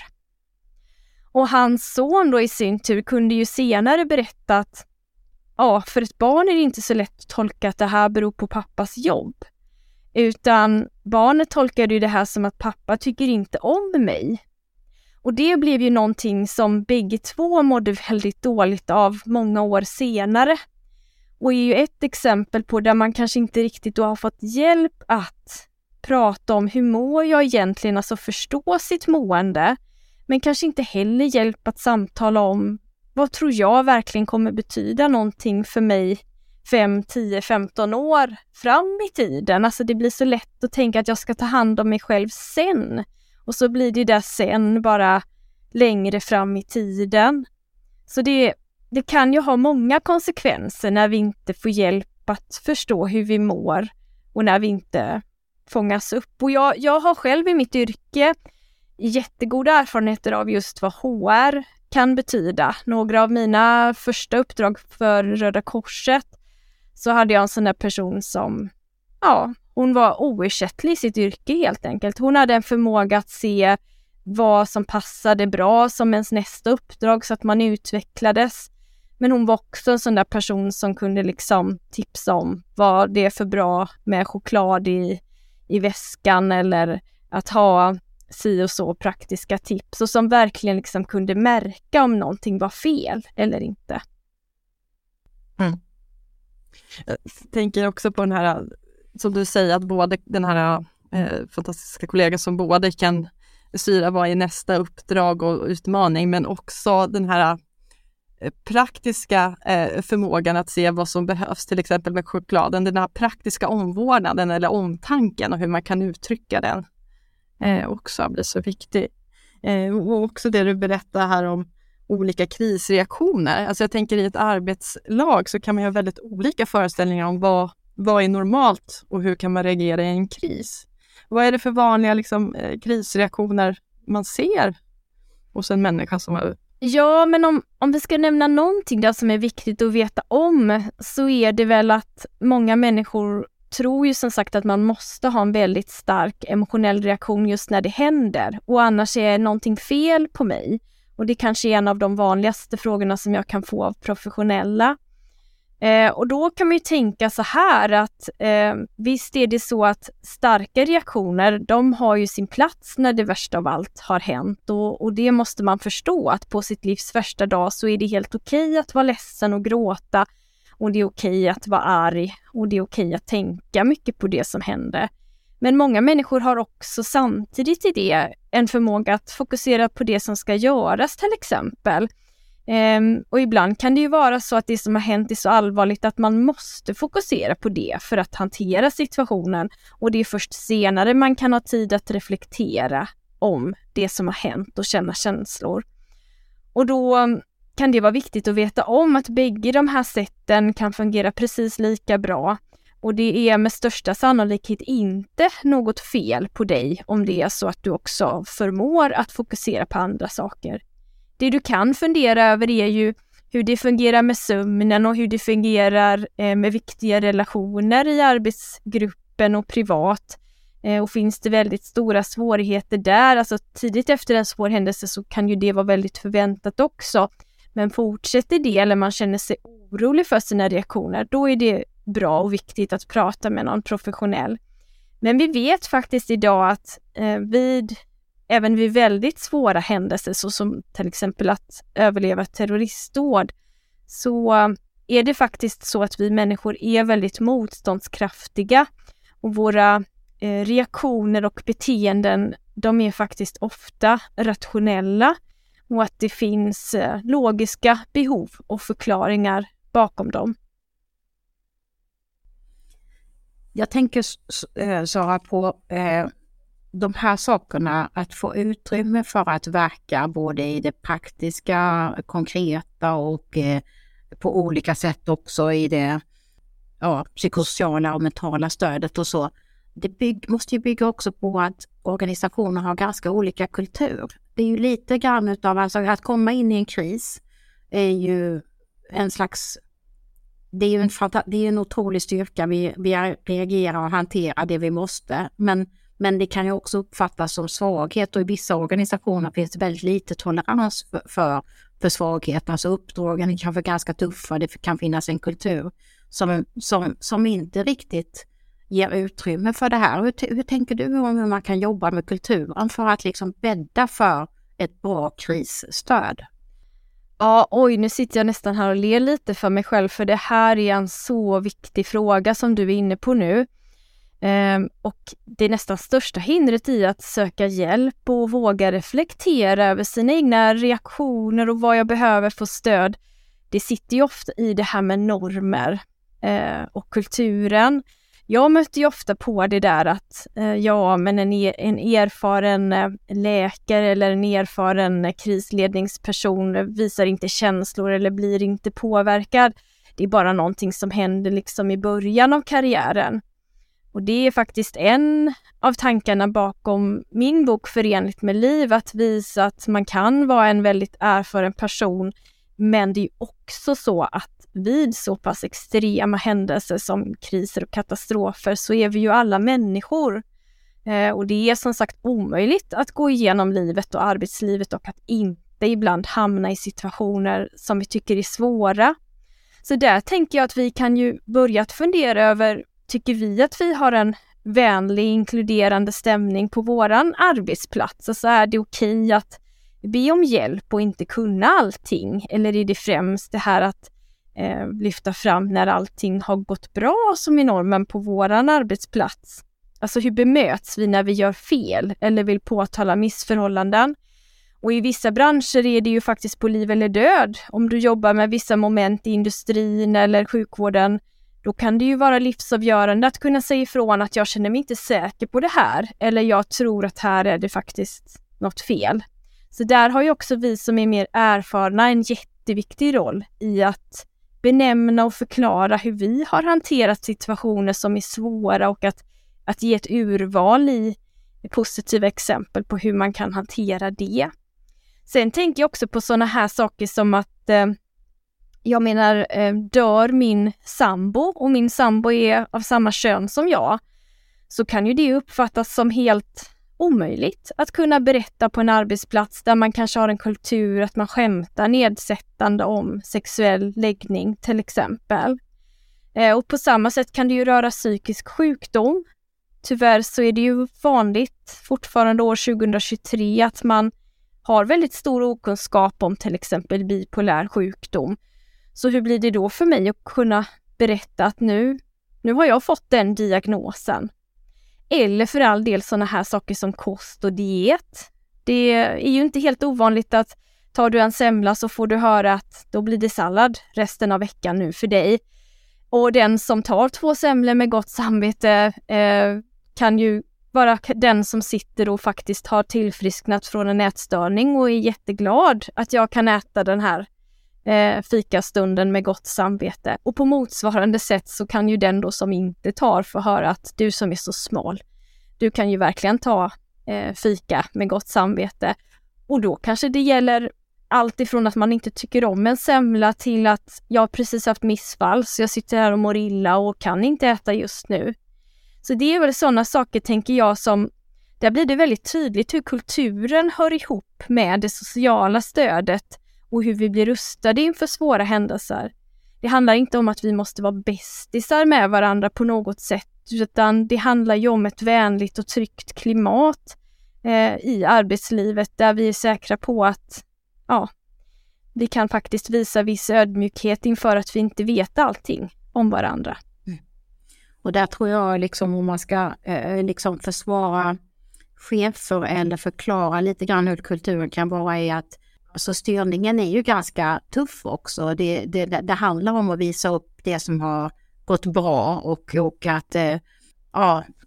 Och hans son då i sin tur kunde ju senare berätta att ja, för ett barn är det inte så lätt att tolka att det här beror på pappas jobb. Utan barnet tolkade ju det här som att pappa tycker inte om mig. Och det blev ju någonting som bägge två mådde väldigt dåligt av många år senare. Och är ju ett exempel på där man kanske inte riktigt då har fått hjälp att prata om hur mår jag egentligen, alltså förstå sitt mående. Men kanske inte heller hjälp att samtala om vad tror jag verkligen kommer betyda någonting för mig fem, tio, femton år fram i tiden. Alltså det blir så lätt att tänka att jag ska ta hand om mig själv sen. Och så blir det där sen bara längre fram i tiden. Så det, det kan ju ha många konsekvenser när vi inte får hjälp att förstå hur vi mår. Och när vi inte fångas upp. Och jag, jag har själv i mitt yrke jättegoda erfarenheter av just vad H R kan betyda. Några av mina första uppdrag för Röda Korset så hade jag en sån där person som, ja, hon var oersättlig i sitt yrke helt enkelt. Hon hade en förmåga att se vad som passade bra som ens nästa uppdrag så att man utvecklades. Men hon var också en sån där person som kunde liksom tipsa om vad det är för bra med choklad i, i väskan eller att ha si och så praktiska tips och som verkligen liksom kunde märka om någonting var fel eller inte. Mm. Jag tänker också på den här, som du säger, att både den här eh, fantastiska kollegan som både kan styra vad är nästa uppdrag och utmaning, men också den här eh, praktiska eh, förmågan att se vad som behövs, till exempel med chokladen, den här praktiska omvårdnaden eller omtanken och hur man kan uttrycka den eh, också blir så viktig. Eh, och också det du berättar här om olika krisreaktioner. Alltså jag tänker i ett arbetslag så kan man ha väldigt olika föreställningar om vad, vad är normalt och hur kan man reagera i en kris. Vad är det för vanliga liksom, eh, krisreaktioner man ser hos en människa som har... Ja, men om, om vi ska nämna någonting där som är viktigt att veta om så är det väl att många människor tror ju som sagt att man måste ha en väldigt stark emotionell reaktion just när det händer och annars är någonting fel på mig. Och det kanske är en av de vanligaste frågorna som jag kan få av professionella. Eh, och då kan man ju tänka så här att eh, visst är det så att starka reaktioner, de har ju sin plats när det värsta av allt har hänt. Och, och det måste man förstå att på sitt livs värsta dag så är det helt okej att vara ledsen och gråta. Och det är okej att vara arg och det är okej att tänka mycket på det som hände. Men många människor har också samtidigt i det en förmåga att fokusera på det som ska göras till exempel. Ehm, och ibland kan det ju vara så att det som har hänt är så allvarligt att man måste fokusera på det för att hantera situationen. Och det är först senare man kan ha tid att reflektera om det som har hänt och känna känslor. Och då kan det vara viktigt att veta om att bägge de här sätten kan fungera precis lika bra. Och det är med största sannolikhet inte något fel på dig om det är så att du också förmår att fokusera på andra saker. Det du kan fundera över är ju hur det fungerar med sömnen och hur det fungerar med viktiga relationer i arbetsgruppen och privat. Och finns det väldigt stora svårigheter där, alltså tidigt efter en svår händelse så kan ju det vara väldigt förväntat också. Men fortsätter det eller man känner sig orolig för sina reaktioner, då är det bra och viktigt att prata med någon professionell. Men vi vet faktiskt idag att eh, vid, även vid väldigt svåra händelser, så som till exempel att överleva terroristdåd, så är det faktiskt så att vi människor är väldigt motståndskraftiga och våra eh, reaktioner och beteenden, de är faktiskt ofta rationella och att det finns eh, logiska behov och förklaringar bakom dem. Jag tänker Sara på eh, de här sakerna, att få utrymme för att verka både i det praktiska, konkreta och eh, på olika sätt också i det ja, psykosociala och mentala stödet och så. Det bygg, måste ju bygga också på att organisationer har ganska olika kultur. Det är ju lite grann utav, alltså att komma in i en kris är ju en slags, det är ju en, det är en otrolig styrka. Vi, vi reagerar och hanterar det vi måste, men Men det kan ju också uppfattas som svaghet, och i vissa organisationer finns det väldigt lite tolerans för, för, för svaghet. Alltså uppdragen kan vara ganska tuffa, det kan finnas en kultur som, som, som inte riktigt ger utrymme för det här. Hur, hur tänker du om hur man kan jobba med kulturen för att liksom bädda för ett bra krisstöd? Ja, oj, nu sitter jag nästan här och ler lite för mig själv, för det här är en så viktig fråga som du är inne på nu. Um, och det är nästan största hindret i att söka hjälp och våga reflektera över sina egna reaktioner och vad jag behöver få stöd. Det sitter ju ofta i det här med normer uh, och kulturen. Jag möter ju ofta på det där att uh, ja, men en, er, en erfaren uh, läkare eller en erfaren uh, krisledningsperson visar inte känslor eller blir inte påverkad. Det är bara någonting som händer liksom i början av karriären. Och det är faktiskt en av tankarna bakom min bok Förenligt med liv, att visa att man kan vara en väldigt erfaren person, men det är också så att vid så pass extrema händelser som kriser och katastrofer så är vi ju alla människor. Eh, och det är som sagt omöjligt att gå igenom livet och arbetslivet och att inte ibland hamna i situationer som vi tycker är svåra. Så där tänker jag att vi kan ju börja att fundera över, tycker vi att vi har en vänlig, inkluderande stämning på våran arbetsplats? Och så är det okej att be om hjälp och inte kunna allting? Eller är det främst det här att eh, lyfta fram när allting har gått bra som är normen på våran arbetsplats? Alltså hur bemöts vi när vi gör fel eller vill påtala missförhållanden? Och i vissa branscher är det ju faktiskt på liv eller död. Om du jobbar med vissa moment i industrin eller sjukvården, då kan det ju vara livsavgörande att kunna säga ifrån att jag känner mig inte säker på det här. Eller jag tror att här är det faktiskt något fel. Så där har ju också vi som är mer erfarna en jätteviktig roll i att benämna och förklara hur vi har hanterat situationer som är svåra och att, att ge ett urval i positiva exempel på hur man kan hantera det. Sen tänker jag också på sådana här saker som att eh, jag menar, eh, dör min sambo och min sambo är av samma kön som jag, så kan ju det uppfattas som helt omöjligt att kunna berätta på en arbetsplats där man kanske har en kultur att man skämtar nedsättande om sexuell läggning till exempel. Eh, och på samma sätt kan det ju röra psykisk sjukdom. Tyvärr så är det ju vanligt fortfarande år tjugohundratjugotre att man har väldigt stor okunskap om till exempel bipolär sjukdom. Så hur blir det då för mig att kunna berätta att nu, nu har jag fått den diagnosen? Eller för all del sådana här saker som kost och diet. Det är ju inte helt ovanligt att tar du en semla så får du höra att då blir det sallad resten av veckan nu för dig. Och den som tar två semlor med gott samvete eh, kan ju vara den som sitter och faktiskt har tillfrisknat från en ätstörning och är jätteglad att jag kan äta den här eh, fikastunden med gott samvete. Och på motsvarande sätt så kan ju den då som inte tar få höra att du som är så smal, du kan ju verkligen ta eh, fika med gott samvete. Och då kanske det gäller allt ifrån att man inte tycker om en semla till att jag har precis haft missfall så jag sitter här och mår illa och kan inte äta just nu. Så det är väl sådana saker, tänker jag, som där blir det väldigt tydligt hur kulturen hör ihop med det sociala stödet och hur vi blir rustade inför svåra händelser. Det handlar inte om att vi måste vara bästisar med varandra på något sätt, utan det handlar ju om ett vänligt och tryggt klimat eh, i arbetslivet där vi är säkra på att ja, vi kan faktiskt visa viss ödmjukhet inför att vi inte vet allting om varandra. Mm. Och där tror jag liksom om man ska eh, liksom försvara chefer eller förklara lite grann hur kulturen kan vara är att alltså styrningen är ju ganska tuff också. Det, det, det handlar om att visa upp det som har gått bra och, och att eh, ja,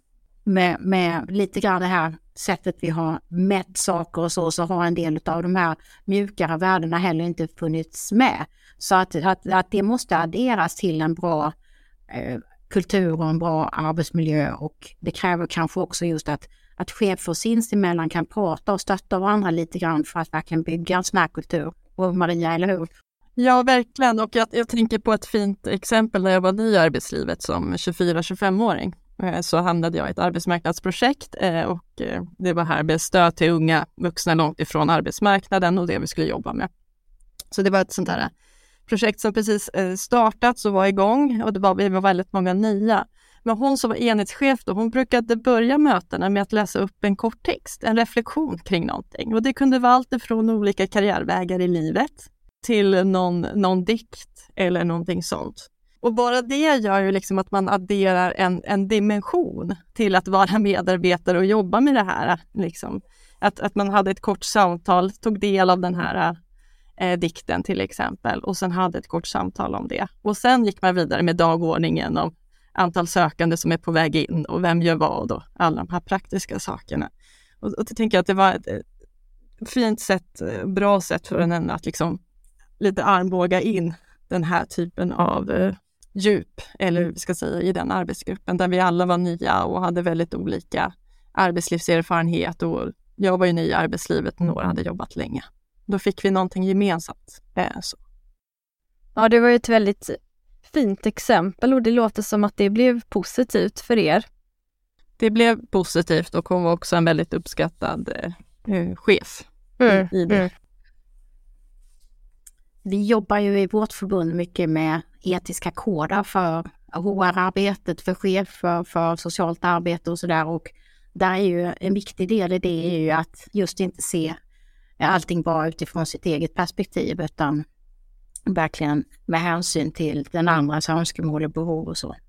med, med lite grann det här sättet vi har mätt saker och så, så har en del av de här mjukare värdena heller inte funnits med. Så att, att, att det måste adderas till en bra eh, kultur och en bra arbetsmiljö, och det kräver kanske också just att, att chefer sinsemellan kan prata och stötta varandra lite grann för att verkligen bygga en sån här kultur. Och Maria, eller hur? Ja, verkligen. Och jag, jag tänker på ett fint exempel när jag var ny i arbetslivet som tjugofyra-tjugofem-åring. Så hamnade jag i ett arbetsmarknadsprojekt och det var här med stöd till unga vuxna långt ifrån arbetsmarknaden och det vi skulle jobba med. Så det var ett sånt där projekt som precis startats och var igång, och det var, vi var väldigt många nya. Men hon som var enhetschef då, hon brukade börja mötena med att läsa upp en kort text, en reflektion kring någonting. Och det kunde vara allt ifrån olika karriärvägar i livet till någon, någon dikt eller någonting sånt. Och bara det gör ju liksom att man adderar en, en dimension till att vara medarbetare och jobba med det här. Liksom. Att, att man hade ett kort samtal, tog del av den här eh, dikten till exempel, och sen hade ett kort samtal om det. Och sen gick man vidare med dagordningen om antal sökande som är på väg in och vem gör vad och alla de här praktiska sakerna. Och, och jag tänker att det var ett, ett fint sätt, bra sätt för en att liksom lite armbåga in den här typen av eh, djup, eller hur vi ska säga, i den arbetsgruppen där vi alla var nya och hade väldigt olika arbetslivserfarenhet, och jag var ju ny i arbetslivet, några hade jobbat länge. Då fick vi någonting gemensamt. Eh, så. Ja, det var ju ett väldigt fint exempel och det låter som att det blev positivt för er. Det blev positivt och hon var också en väldigt uppskattad eh, chef mm, i, i det. Mm. Vi jobbar ju i vårt förbund mycket med etiska koder för H R-arbetet, för chefer, för socialt arbete och sådär. Och där är ju en viktig del i det är ju att just inte se allting bara utifrån sitt eget perspektiv, utan verkligen med hänsyn till den andras önskemål och behov och så.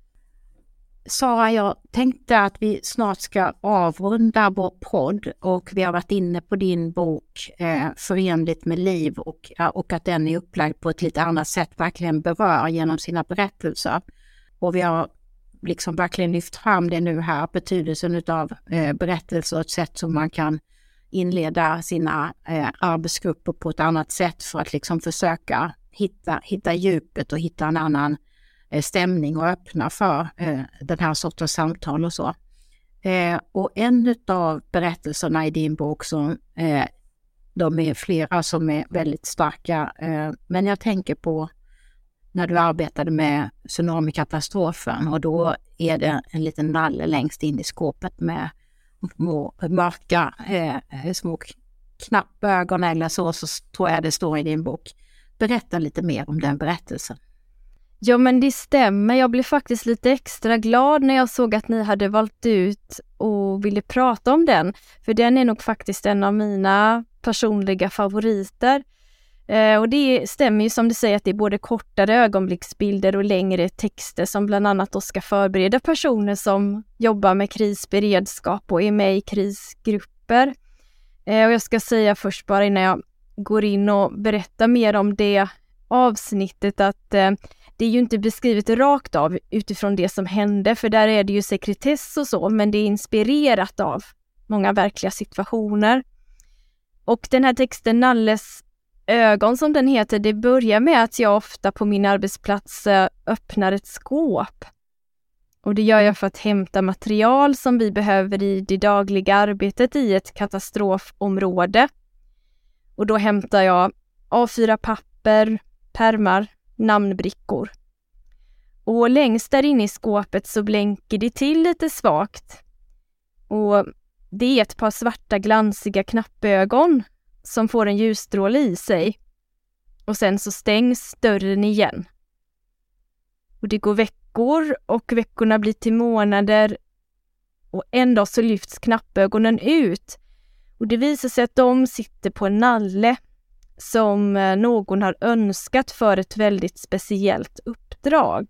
Sara, jag tänkte att vi snart ska avrunda vår podd, och vi har varit inne på din bok eh, Förenligt med liv, och, och att den är upplagd på ett lite annat sätt, verkligen berör genom sina berättelser. Och vi har liksom verkligen lyft fram det nu här, betydelsen av eh, berättelser och ett sätt som man kan inleda sina eh, arbetsgrupper på ett annat sätt för att liksom försöka hitta, hitta djupet och hitta en annan stämning och öppna för eh, den här sortens samtal och så. Eh, och en av berättelserna i din bok, som eh, de är flera som är väldigt starka, eh, men jag tänker på när du arbetade med tsunamikatastrofen, och då är det en liten nalle längst in i skåpet med små mörka eh, små knappögon eller så, så tror jag det står i din bok. Berätta lite mer om den berättelsen. Ja, men det stämmer. Jag blev faktiskt lite extra glad när jag såg att ni hade valt ut och ville prata om den. För den är nog faktiskt en av mina personliga favoriter. Eh, och det stämmer ju som du säger att det är både kortare ögonblicksbilder och längre texter som bland annat då ska förbereda personer som jobbar med krisberedskap och är med i krisgrupper. Eh, och jag ska säga först bara innan jag går in och berättar mer om det avsnittet att eh, det är ju inte beskrivet rakt av utifrån det som hände, för där är det ju sekretess och så, men det är inspirerat av många verkliga situationer. Och den här texten Nalles ögon, som den heter, det börjar med att jag ofta på min arbetsplats öppnar ett skåp. Och det gör jag för att hämta material som vi behöver i det dagliga arbetet i ett katastrofområde. Och då hämtar jag A fyra-papper, pärmar, namnbrickor. Och längst där inne i skåpet så blänker det till lite svagt. Och det är ett par svarta glansiga knappögon som får en ljusstråle i sig. Och sen så stängs dörren igen. Och det går veckor och veckorna blir till månader. Och en dag så lyfts knappögonen ut. Och det visar sig att de sitter på en nalle som någon har önskat för ett väldigt speciellt uppdrag.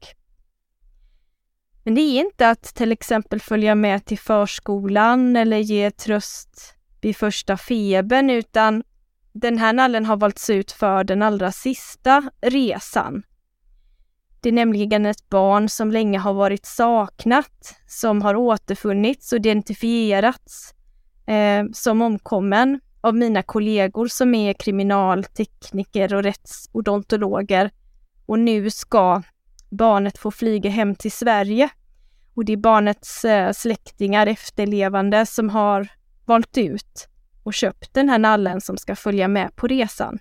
Men det är inte att till exempel följa med till förskolan eller ge tröst vid första febern, utan den här nallen har valts ut för den allra sista resan. Det är nämligen ett barn som länge har varit saknat, som har återfunnits och identifierats eh, som omkommen av mina kollegor som är kriminaltekniker och rättsodontologer. Och nu ska barnet få flyga hem till Sverige. Och det är barnets eh, släktingar, efterlevande, som har valt ut och köpt den här nallen som ska följa med på resan.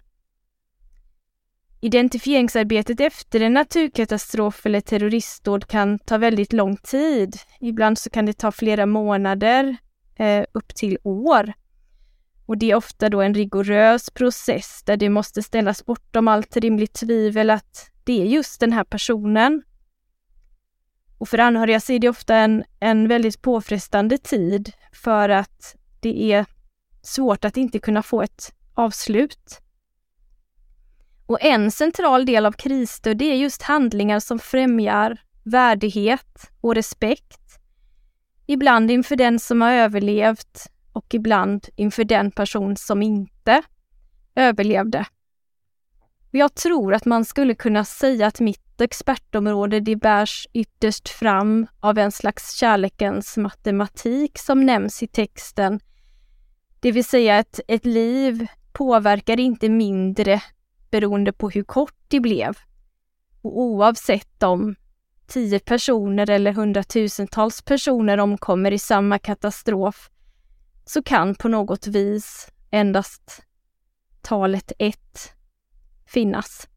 Identifieringsarbetet efter en naturkatastrof eller terroristdåd kan ta väldigt lång tid. Ibland så kan det ta flera månader, eh, upp till år. Och det är ofta då en rigorös process där det måste ställas bortom allt rimligt tvivel att det är just den här personen. Och för anhöriga så är det ofta en, en väldigt påfrestande tid för att det är svårt att inte kunna få ett avslut. Och en central del av krisstöd, det är just handlingar som främjar värdighet och respekt. Ibland inför den som har överlevt och ibland inför den person som inte överlevde. Jag tror att man skulle kunna säga att mitt expertområde det bärs ytterst fram av en slags kärlekens matematik som nämns i texten. Det vill säga att ett liv påverkar inte mindre beroende på hur kort det blev. Och oavsett om tio personer eller hundratusentals personer omkommer i samma katastrof så kan på något vis endast talet ett finnas.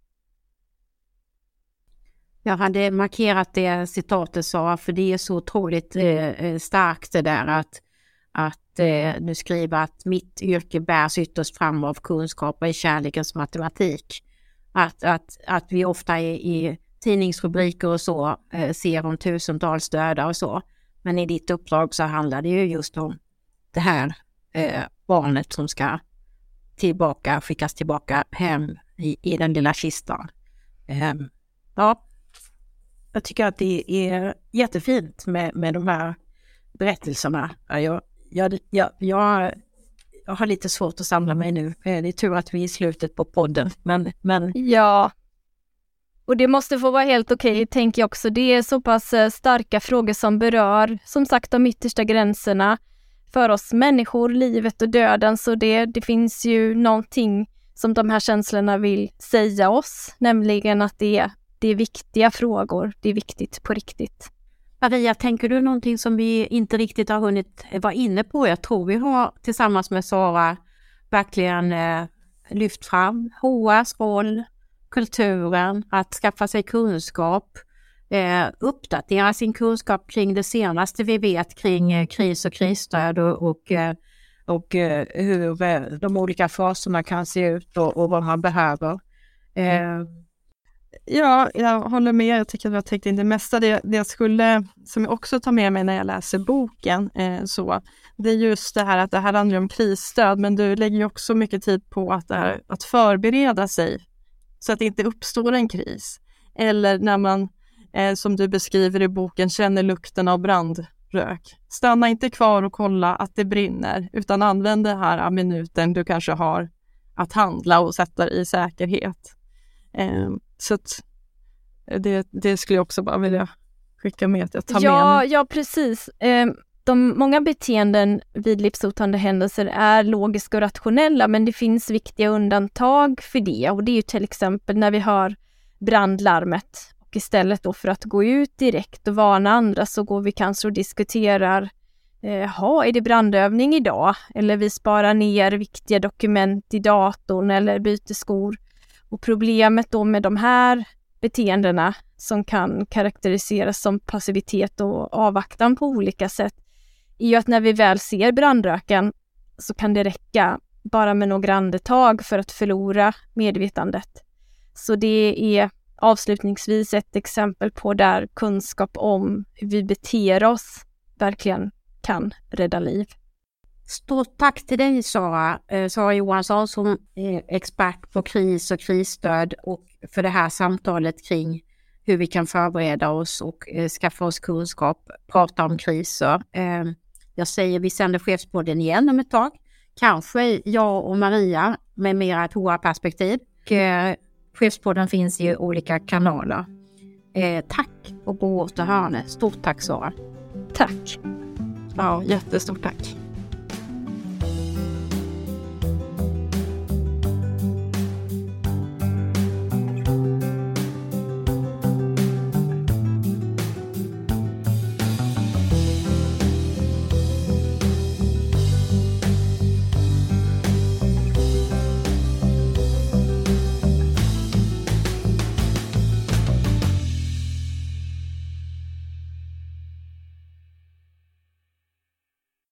Jag hade markerat det citatet sa, för det är så otroligt eh, starkt det där att, att eh, nu skriver att mitt yrke bärs ytterst fram av kunskap i kärlekens matematik. Att, att, att vi ofta i, i tidningsrubriker och så eh, ser om tusentals döda och så. Men i ditt uppdrag så handlar det ju just om det här eh, barnet som ska tillbaka, skickas tillbaka hem i, i den lilla kistan. Eh, ja, jag tycker att det är jättefint med, med de här berättelserna. Jag, jag, jag, jag, jag har lite svårt att samla mig nu. Det är tur att vi är i slutet på podden. Men, men... Ja, och det måste få vara helt okej, okay, tänker jag också. Det är så pass starka frågor som berör, som sagt, de yttersta gränserna för oss människor, livet och döden. Så det, det finns ju någonting som de här känslorna vill säga oss, nämligen att det är, det är viktiga frågor. Det är viktigt på riktigt. Maria, tänker du någonting som vi inte riktigt har hunnit vara inne på? Jag tror vi har tillsammans med Sara verkligen eh, lyft fram H R:s roll, kulturen, att skaffa sig kunskap, eh, uppdatera sin kunskap kring det senaste vi vet kring eh, kris och krisstöd och, och, eh, och eh, hur eh, de olika faserna kan se ut och, och vad man behöver. Eh, Ja, jag håller med. Jag tycker att jag täckte in det mesta. Det, det jag skulle, som jag också tar med mig när jag läser boken, eh, så, det är just det här att det här handlar om krisstöd, men du lägger ju också mycket tid på att, det här, att förbereda sig så att det inte uppstår en kris. Eller när man, eh, som du beskriver i boken, känner lukten av brandrök. Stanna inte kvar och kolla att det brinner, utan använd den här minuten du kanske har att handla och sätta i säkerhet. Eh, Så att det, det skulle jag också bara vilja skicka med att jag tar ja, med mig. Ja, precis. De många beteenden vid livshotande händelser är logiska och rationella, men det finns viktiga undantag för det. Och det är ju till exempel när vi hör brandlarmet och istället då för att gå ut direkt och varna andra så går vi kanske och diskuterar jaha, är det brandövning idag? Eller vi sparar ner viktiga dokument i datorn eller byter skor. Och problemet då med de här beteendena som kan karaktäriseras som passivitet och avvaktan på olika sätt är ju att när vi väl ser brandröken så kan det räcka bara med några andetag för att förlora medvetandet. Så det är avslutningsvis ett exempel på där kunskap om hur vi beter oss verkligen kan rädda liv. Stort tack till dig Sara, eh, Sara Johansson som är expert på kris och krisstöd och för det här samtalet kring hur vi kan förbereda oss och eh, skaffa oss kunskap, prata om kriser. Eh, jag säger vi sänder Chefspodden igen om ett tag. Kanske jag och Maria med mer ett H R-perspektiv. Eh, Chefspodden finns i olika kanaler. Eh, tack och på återhörande. Stort tack Sara. Tack. Ja, jättestort tack.